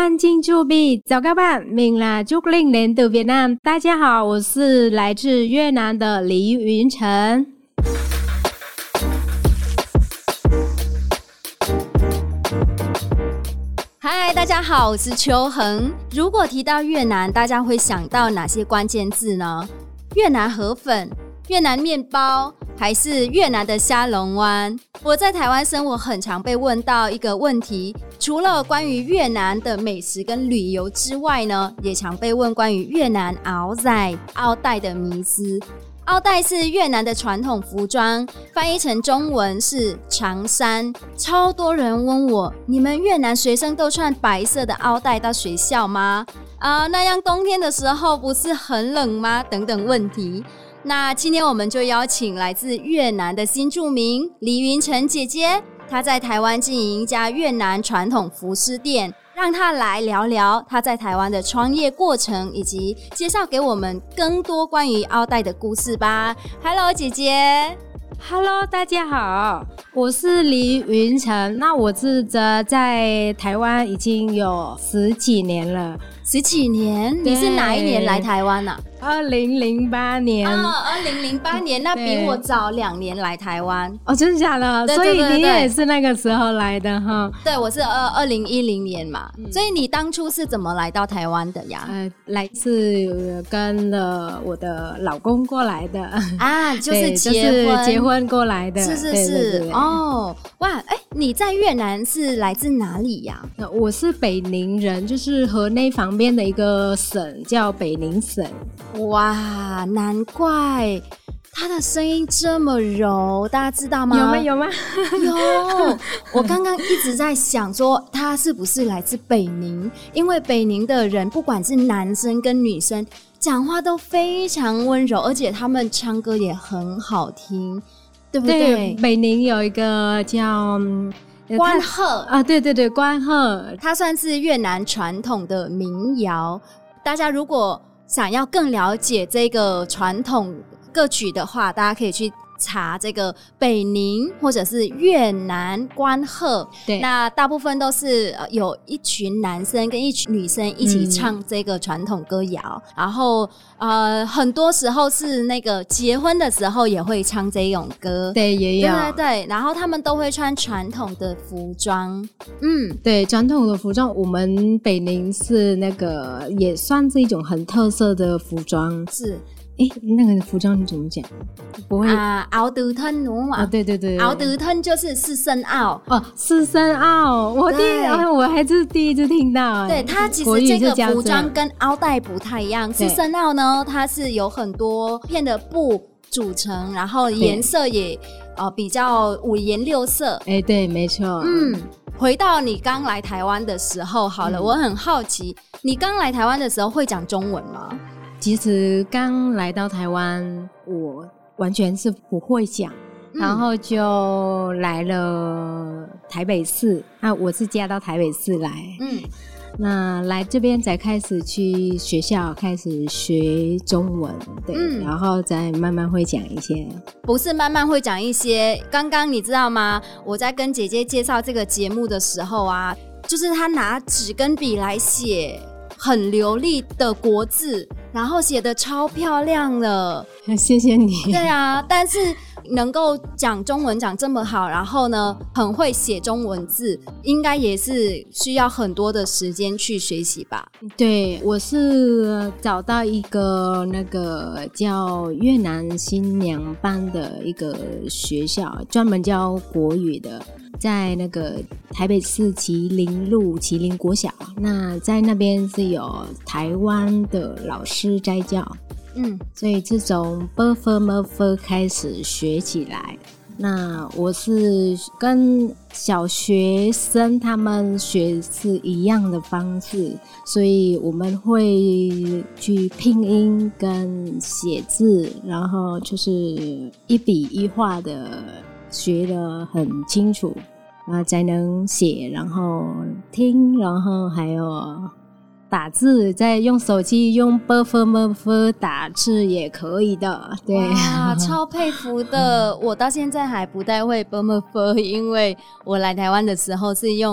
An Jing Chu Bi, chào các bạn, mình là Trúc Linh đến từ Việt Nam. 大家好，我是来自越南的黎云晨。 嗨，大家好，我是秋恒。如果提到越南，大家会想到哪些关键字呢？越南河粉、越南面包，还是越南的虾龙湾？我在台湾生活，很常被问到一个问题，除了关于越南的美食跟旅游之外呢，也常被问关于越南袄仔、奥黛的迷思。奥黛是越南的传统服装，翻译成中文是长衫。超多人问我，你们越南学生都穿白色的奥黛到学校吗？那样冬天的时候不是很冷吗？等等问题。那今天我们就邀请来自越南的新住民黎云晨姐姐，她在台湾经营一家越南传统服饰店，让她来聊聊她在台湾的创业过程，以及介绍给我们更多关于奥黛的故事吧。Hello， 姐姐。 Hello， 大家好，我是黎云晨。那我是在台湾已经有10几年了。 10几年？你是哪一年来台湾啊 ？2008年。 2008年，那比我早2年来台湾。 哦，真的假的？所以你也是那个时候来的哈？ 对，我是2010年嘛。所以你当初是怎么来到台湾的呀？ 来是跟了我的老公过来的啊，就是结婚过来的。 是对哦，哇，你在越南是来自哪里呀？ 我是北宁人，就是河内旁边的一个省叫北宁省。 哇，难怪他的声音这么柔，大家知道吗？ 有吗？ 有。我刚刚一直在想说他是不是来自北宁，因为北宁的人不管是男生跟女生讲话都非常温柔，而且他们唱歌也很好听，对不对？ 对，北宁有一个叫关鹤啊，对，关鹤， 它算是越南传统的民谣。大家如果想要更了解这个传统歌曲的话，大家可以去查这个北宁或者是越南关鹤。 对， 那大部分都是有一群男生跟一群女生一起唱这个传统歌谣，然后很多时候是那个结婚的时候也会唱这种歌。 对，也有。 对，然后他们都会穿传统的服装。 对，传统的服装，我们北宁是那个也算是一种很特色的服装。 是。 那个服装你怎么讲？不会 áo tứ thân đúng không ạ？ 对 ，áo tứ thân就是四身袄。 四身袄，我还是第一次听到。 对，它其实这个服装跟奥黛不太一样。四身袄呢，它是有很多片的布组成，然后颜色也比较五颜六色。 对，没错。 回到你刚来台湾的时候，好了，我很好奇，你刚来台湾的时候会讲中文吗？ 其实刚来到台湾，我完全是不会讲，然后就来了台北市。我是嫁到台北市来，那来这边才开始去学校开始学中文，对，然后再慢慢会讲一些。 不是慢慢会讲一些，刚刚你知道吗？我在跟姐姐介绍这个节目的时候啊，就是她拿纸跟笔来写很流利的国字，然后写得超漂亮的。 谢谢你。 对啊，但是能够讲中文讲这么好，然后呢很会写中文字，应该也是需要很多的时间去学习吧？ 对，我是找到一个那个叫越南新娘班的一个学校，专门教国语的，在那个台北市麒麟路麒麟国小。那在那边是有台湾的老师在教，所以是从 buffer 开始学起来。那我是跟小学生他们学是一样的方式，所以我们会去拼音跟写字，然后就是一笔一画的学得很清楚，才能写，然后听，然后还有打字，再用手机用 buffer 打字也可以的。对， 哇，超佩服的。我到现在还不太会 buffer， 因为我来台湾的时候是用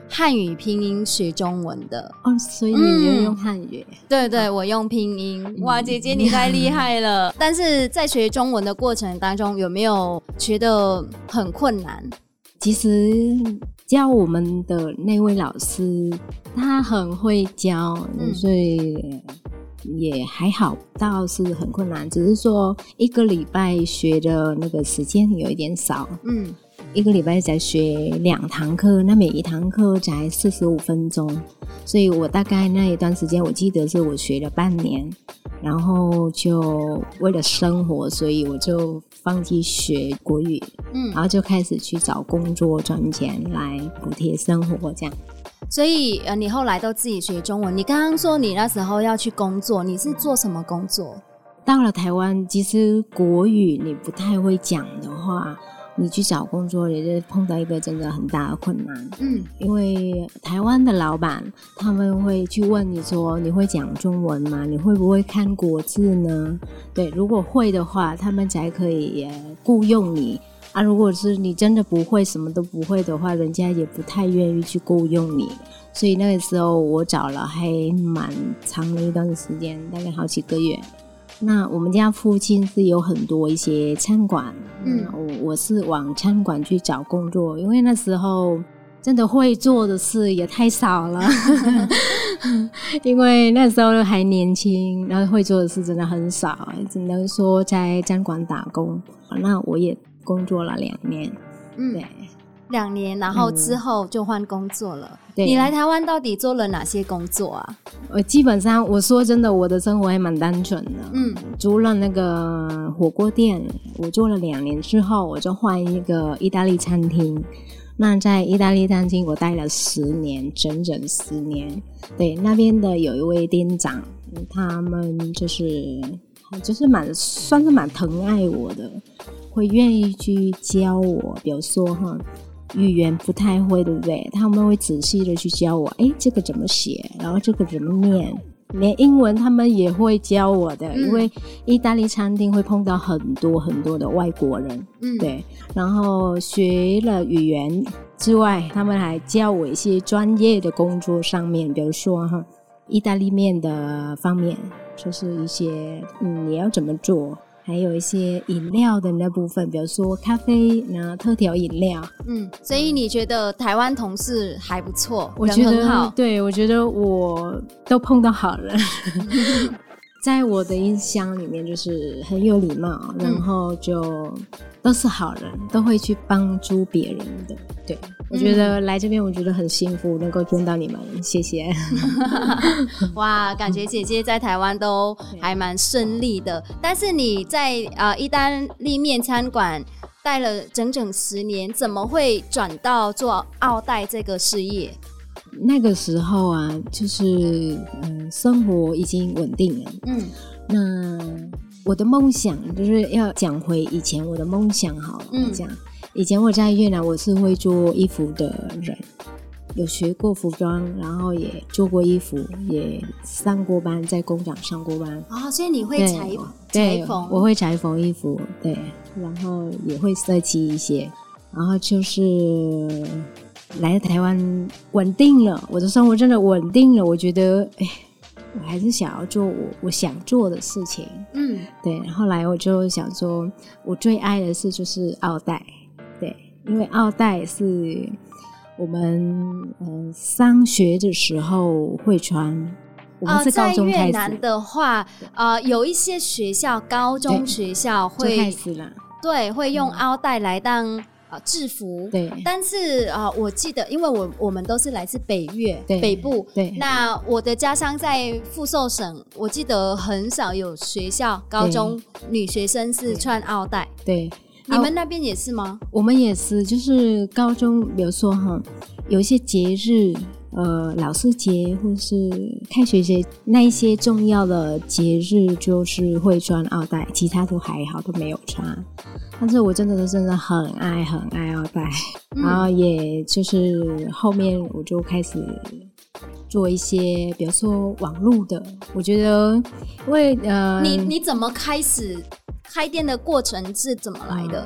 汉语拼音学中文的。 所以你就用汉语？ 对对，我用拼音。哇，姐姐你太厉害了！但是在学中文的过程当中，有没有觉得很困难？ 其实教我们的那位老师他很会教，所以也还好，倒是很困难，只是说一个礼拜学的那个时间有一点少，一个礼拜才学2堂课，那每一堂课才45分钟，所以我大概那一段时间我记得是我学了半年，然后就为了生活，所以我就放弃学国语，然后就开始去找工作赚钱来补贴生活这样。 所以你后来都自己学中文。你刚刚说你那时候要去工作，你是做什么工作？ 到了台湾，其实国语你不太会讲的话，你去找工作也是碰到一个真的很大的困难。因为台湾的老板他们会去问你说你会讲中文吗？你会不会看国字呢？对，如果会的话，他们才可以雇用你。如果是你真的不会，什么都不会的话，人家也不太愿意去雇佣你。所以那个时候我找了还蛮长的一段时间，大概好几个月。那我们家附近是有很多一些餐馆，我是往餐馆去找工作，因为那时候真的会做的事也太少了因为那时候还年轻，然后会做的事真的很少，只能说在餐馆打工。那我也工作了2年，对 ，2年，然后之后就换工作了。 对， 你来台湾到底做了哪些工作啊？ 基本上我说真的，我的生活还蛮单纯的。除了那个火锅店，我做了2年之后，我就换一个意大利餐厅。那在意大利餐厅我待了10年，整整10年。对，那边的有一位店长，他们就是算是蛮疼爱我的，会愿意去教我。比如说语言不太会，对不对？他们会仔细的去教我，这个怎么写，然后这个怎么念，连英文他们也会教我的。因为意大利餐厅会碰到很多很多的外国人，对。然后学了语言之外，他们还教我一些专业的工作上面，比如说意大利面的方面，就是一些你要怎么做，还有一些饮料的那部分，比如说咖啡特调饮料。 所以你觉得台湾同事还不错， 我觉得人很好？ 对，我觉得我都碰到好人在我的印象里面就是很有礼貌，然后就都是好人，都会去帮助别人的。对，我觉得来这边我觉得很幸福，能够见到你们，谢谢哇，感觉姐姐在台湾都还蛮顺利的。但是你在意大利面餐馆待了整整10年，怎么会转到做奥黛这个事业？ 那个时候就是生活已经稳定了。那我的梦想就是要讲回以前我的梦想好了。这样，以前我在越南我是会做衣服的人，有学过服装，然后也做过衣服，也上过班，在工厂上过班。 所以你会裁缝？ 我会裁缝衣服，对，然后也会设计一些，然后就是来台湾稳定了，我的生活真的稳定了，我觉得我还是想要做我想做的事情。对，后来我就想说我最爱的事就是奥黛。对，因为奥黛是我们上学的时候会穿。我们是高中开始。 在越南的话有一些学校高中学校会就开始了， 对，会用奥黛来当制服。 对， 但是我记得因为我们都是来自北越北部， 对， 那我的家乡在福寿省，我记得很少有学校高中女学生是穿奥黛。 对， 你们那边也是吗？ 我们也是，就是高中比如说有一些节日老师节或是开学节，那一些重要的节日就是会穿奥黛，其他都还好，都没有穿。但是我真的很爱奥黛，然后也就是后面我就开始做一些比如说网络的。我觉得因为你怎么开始开店的过程是怎么来的？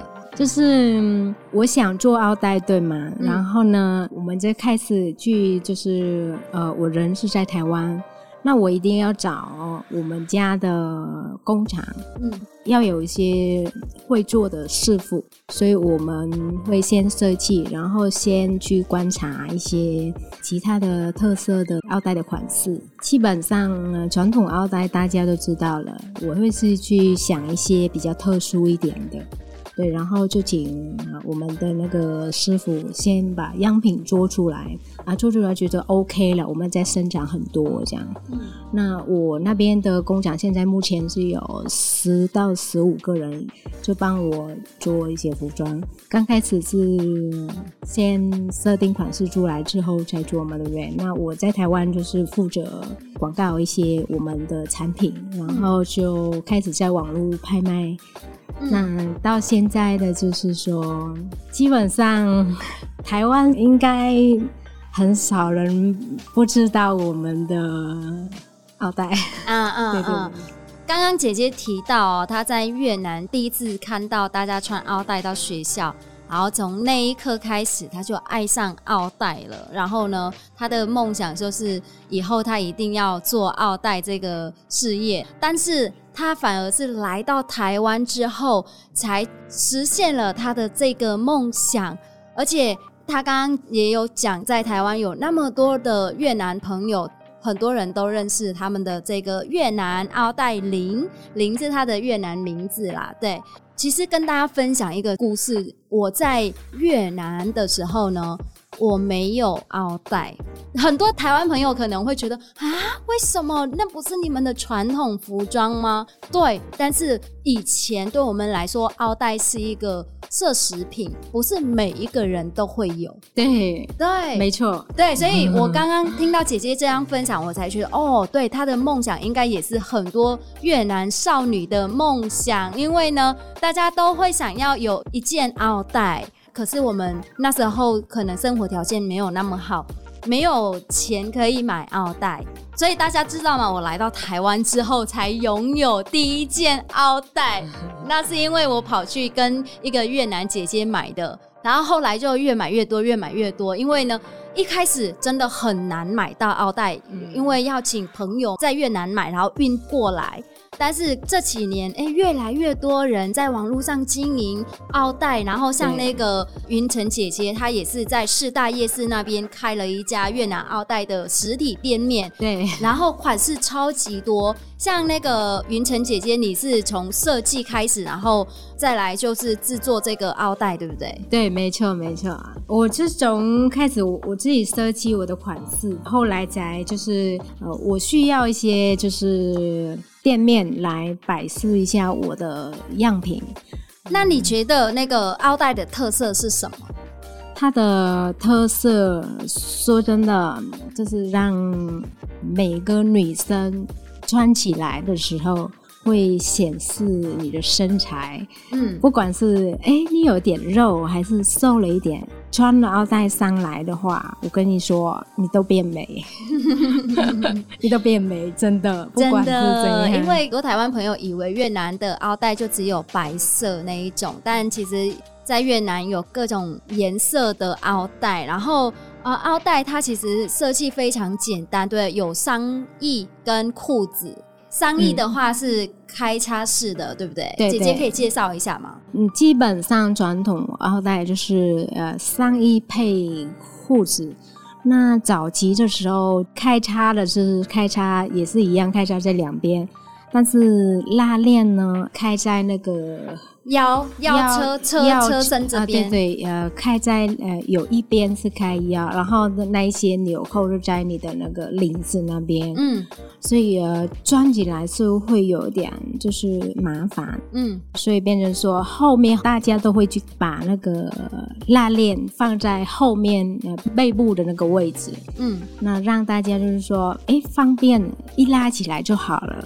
就是我想做奥黛对吗？然后呢，我们就开始去，就是我人是在台湾，那我一定要找我们家的工厂，要有一些会做的师傅，所以我们会先设计，然后先去观察一些其他的特色的奥黛的款式。基本上传统奥黛大家都知道了，我会是去想一些比较特殊一点的。对，然后就请我们的那个师傅先把样品做出来做出来觉得 OK 了，我们再生产很多这样。那我那边的工厂现在目前是有10到15个人，就帮我做一些服装。刚开始是先设定款式出来之后再做嘛，对不对？那我在台湾就是负责广告一些我们的产品，然后就开始在网络拍卖。那到现在的就是说，基本上台湾应该很少人不知道我们的奥黛。对。 刚刚姐姐提到她在越南第一次看到大家穿奥黛到学校，然后从那一刻开始她就爱上奥黛了。然后呢，她的梦想就是以后她一定要做奥黛这个事业，但是他反而是来到台湾之后才实现了他的这个梦想。而且他刚刚也有讲，在台湾有那么多的越南朋友，很多人都认识他们的这个越南奥黛林，林是他的越南名字啦。对，其实跟大家分享一个故事，我在越南的时候呢，我没有奥黛。很多台湾朋友可能会觉得为什么？那不是你们的传统服装吗？对，但是以前对我们来说，奥黛是一个奢侈品，不是每一个人都会有。 对，没错。 对，所以我刚刚听到姐姐这样分享，我才觉得对，她的梦想应该也是很多越南少女的梦想，因为呢，大家都会想要有一件奥黛。可是我们那时候可能生活条件没有那么好，没有钱可以买奥黛，所以大家知道吗？我来到台湾之后才拥有第一件奥黛，那是因为我跑去跟一个越南姐姐买的，然后后来就越买越多，越买越多。因为呢，一开始真的很难买到奥黛，因为要请朋友在越南买，然后运过来。但是这几年越来越多人在网络上经营奥黛，然后像那个云晨姐姐，她也是在世大夜市那边开了一家越南奥黛的实体店面。 对， 然后款式超级多，像那个云晨姐姐，你是从设计开始，然后再来就是制作这个奥黛，对不对？ 对，没错。我是从开始我自己设计我的款式，后来才就是我需要一些就是店面来摆设一下我的样品。 那你觉得那个奥黛的特色是什么？ 它的特色说真的就是让每个女生穿起来的时候会显示你的身材，不管是你有点肉还是瘦了一点，穿了奥黛上来的话，我跟你说你都变美你都变美，真的不管是怎样。 因为很多台湾朋友以为越南的奥黛就只有白色那一种，但其实在越南有各种颜色的奥黛，然后奥黛它其实设计非常简单，对，有上衣跟裤子。上衣的话是开叉式的，对不对？ 对， 姐姐可以介绍一下吗？ 基本上传统奥黛就是上衣配裤子。那早期的时候开叉的是开叉也是一样，开叉在两边，但是拉链呢开在那个腰车身这边， 对，开在有一边是开腰，然后那一些纽扣就在你的那个领子那边，所以穿起来是会有点就是麻烦，所以变成说后面大家都会去把那个拉链放在后面背部的那个位置，那让大家就是说方便一拉起来就好了。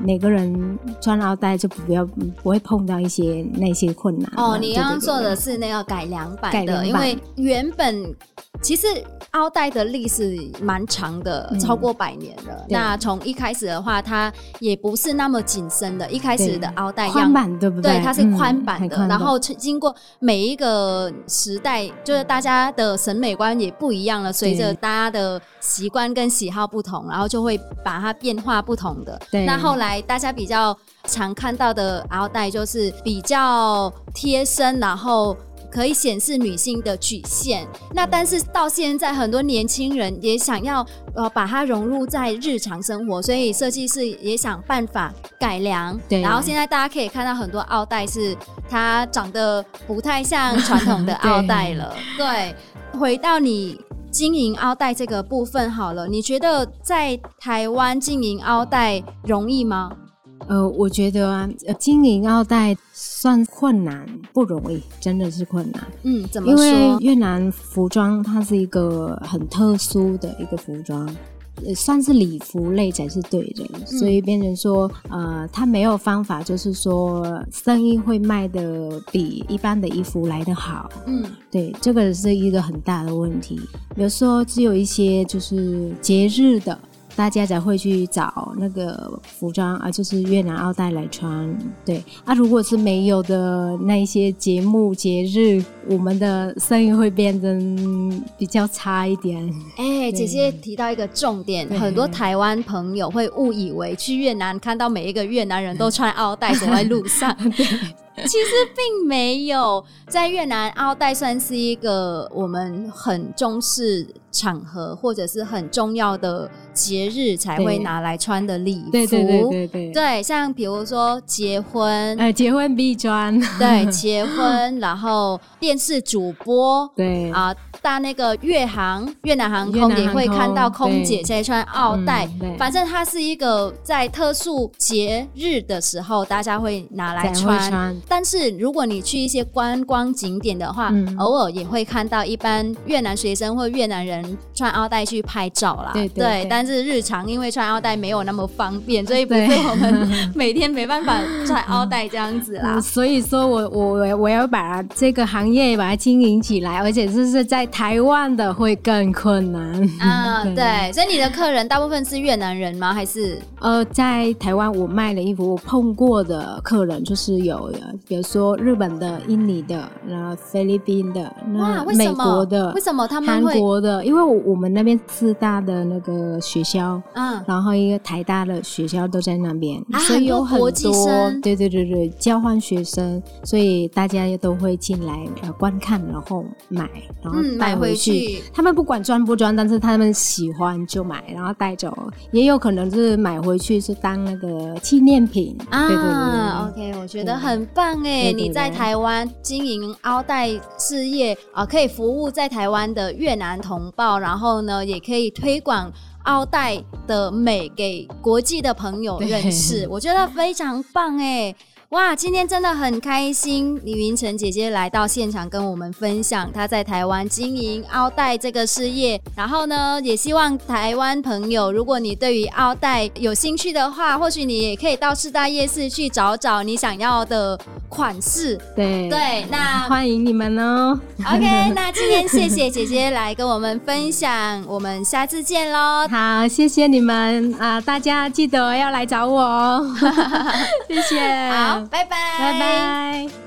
每个人穿奥黛就不会碰到那些困难哦。你刚刚说的是那个改良版的，因为原本其实奥黛的历史蛮长的，超过100年了。那从一开始的话，它也不是那么紧身的，一开始的奥黛宽版对不对？ 对，它是宽版的，然后经过每一个时代，就是大家的审美观也不一样了，随着大家的习惯跟喜好不同，然后就会把它变化不同的。那后来大家比较常看到的奥黛就是比较贴身，然后可以显示女性的曲线。那但是到现在很多年轻人也想要把它融入在日常生活，所以设计师也想办法改良。然后现在大家可以看到很多奥黛是它长得不太像传统的奥黛了。对，回到你经营奥黛这个部分好了，你觉得在台湾经营奥黛容易吗？ 我觉得经营奥黛算困难，不容易，真的是困难。 怎么说？ 因为越南服装它是一个很特殊的一个服装，算是礼服类才是对的，所以变成说它没有方法，就是说生意会卖的比一般的衣服来得好。对，这个是一个很大的问题。有时候只有一些就是节日的，大家才会去找那个服装就是越南奥黛来穿。对如果是没有的那一些节目节日，我们的生意会变得比较差一点。 姐姐提到一个重点，很多台湾朋友会误以为去越南看到每一个越南人都穿奥黛走在路上。其实并没有，在越南奥黛算是一个我们很重视场合或者是很重要的节日才会拿来穿的礼服。对，像比如说结婚结婚必穿。 对，结婚然后电视主播， 对搭那个越南航空也会看到空姐在穿奥黛。反正它是一个在特殊节日的时候大家会拿来穿。但是如果你去一些观光景点的话，偶尔也会看到一般越南学生或越南人穿奥黛去拍照啦。对，但是日常因为穿奥黛没有那么方便，所以不是我们每天没办法穿奥黛这样子啦。 所以说我要把这个行业把它经营起来，而且这是在台湾的会更困难。 对，所以你的客人大部分是越南人吗？还是在台湾我卖的衣服，我碰过的客人就是有比如说日本的、印尼的、菲律宾的、美国的， 为什么他们会韩国的？因为我们那边4大的那个学校，然后一个台大的学校都在那边，所以有很多国际生， 对交换学生，所以大家都会进来观看，然后买，然后带回去。他们不管穿不穿，但是他们喜欢就买，然后带走，也有可能是买回去是当那个纪念品。对 ，OK， 我觉得很棒耶。你在台湾经营奥黛事业可以服务在台湾的越南同胞，然后呢也可以推广奥黛的美给国际的朋友认识，我觉得非常棒耶。哇，今天真的很开心，李云晨姐姐来到现场跟我们分享她在台湾经营奥黛这个事业。然后呢，也希望台湾朋友，如果你对于奥黛有兴趣的话，或许你也可以到四大夜市去找找你想要的款式。 对， 那欢迎你们哦。 OK， 那今天谢谢姐姐来跟我们分享，我们下次见咯。 好，谢谢你们大家记得要来找我哦。谢谢。 好，拜拜， 拜拜。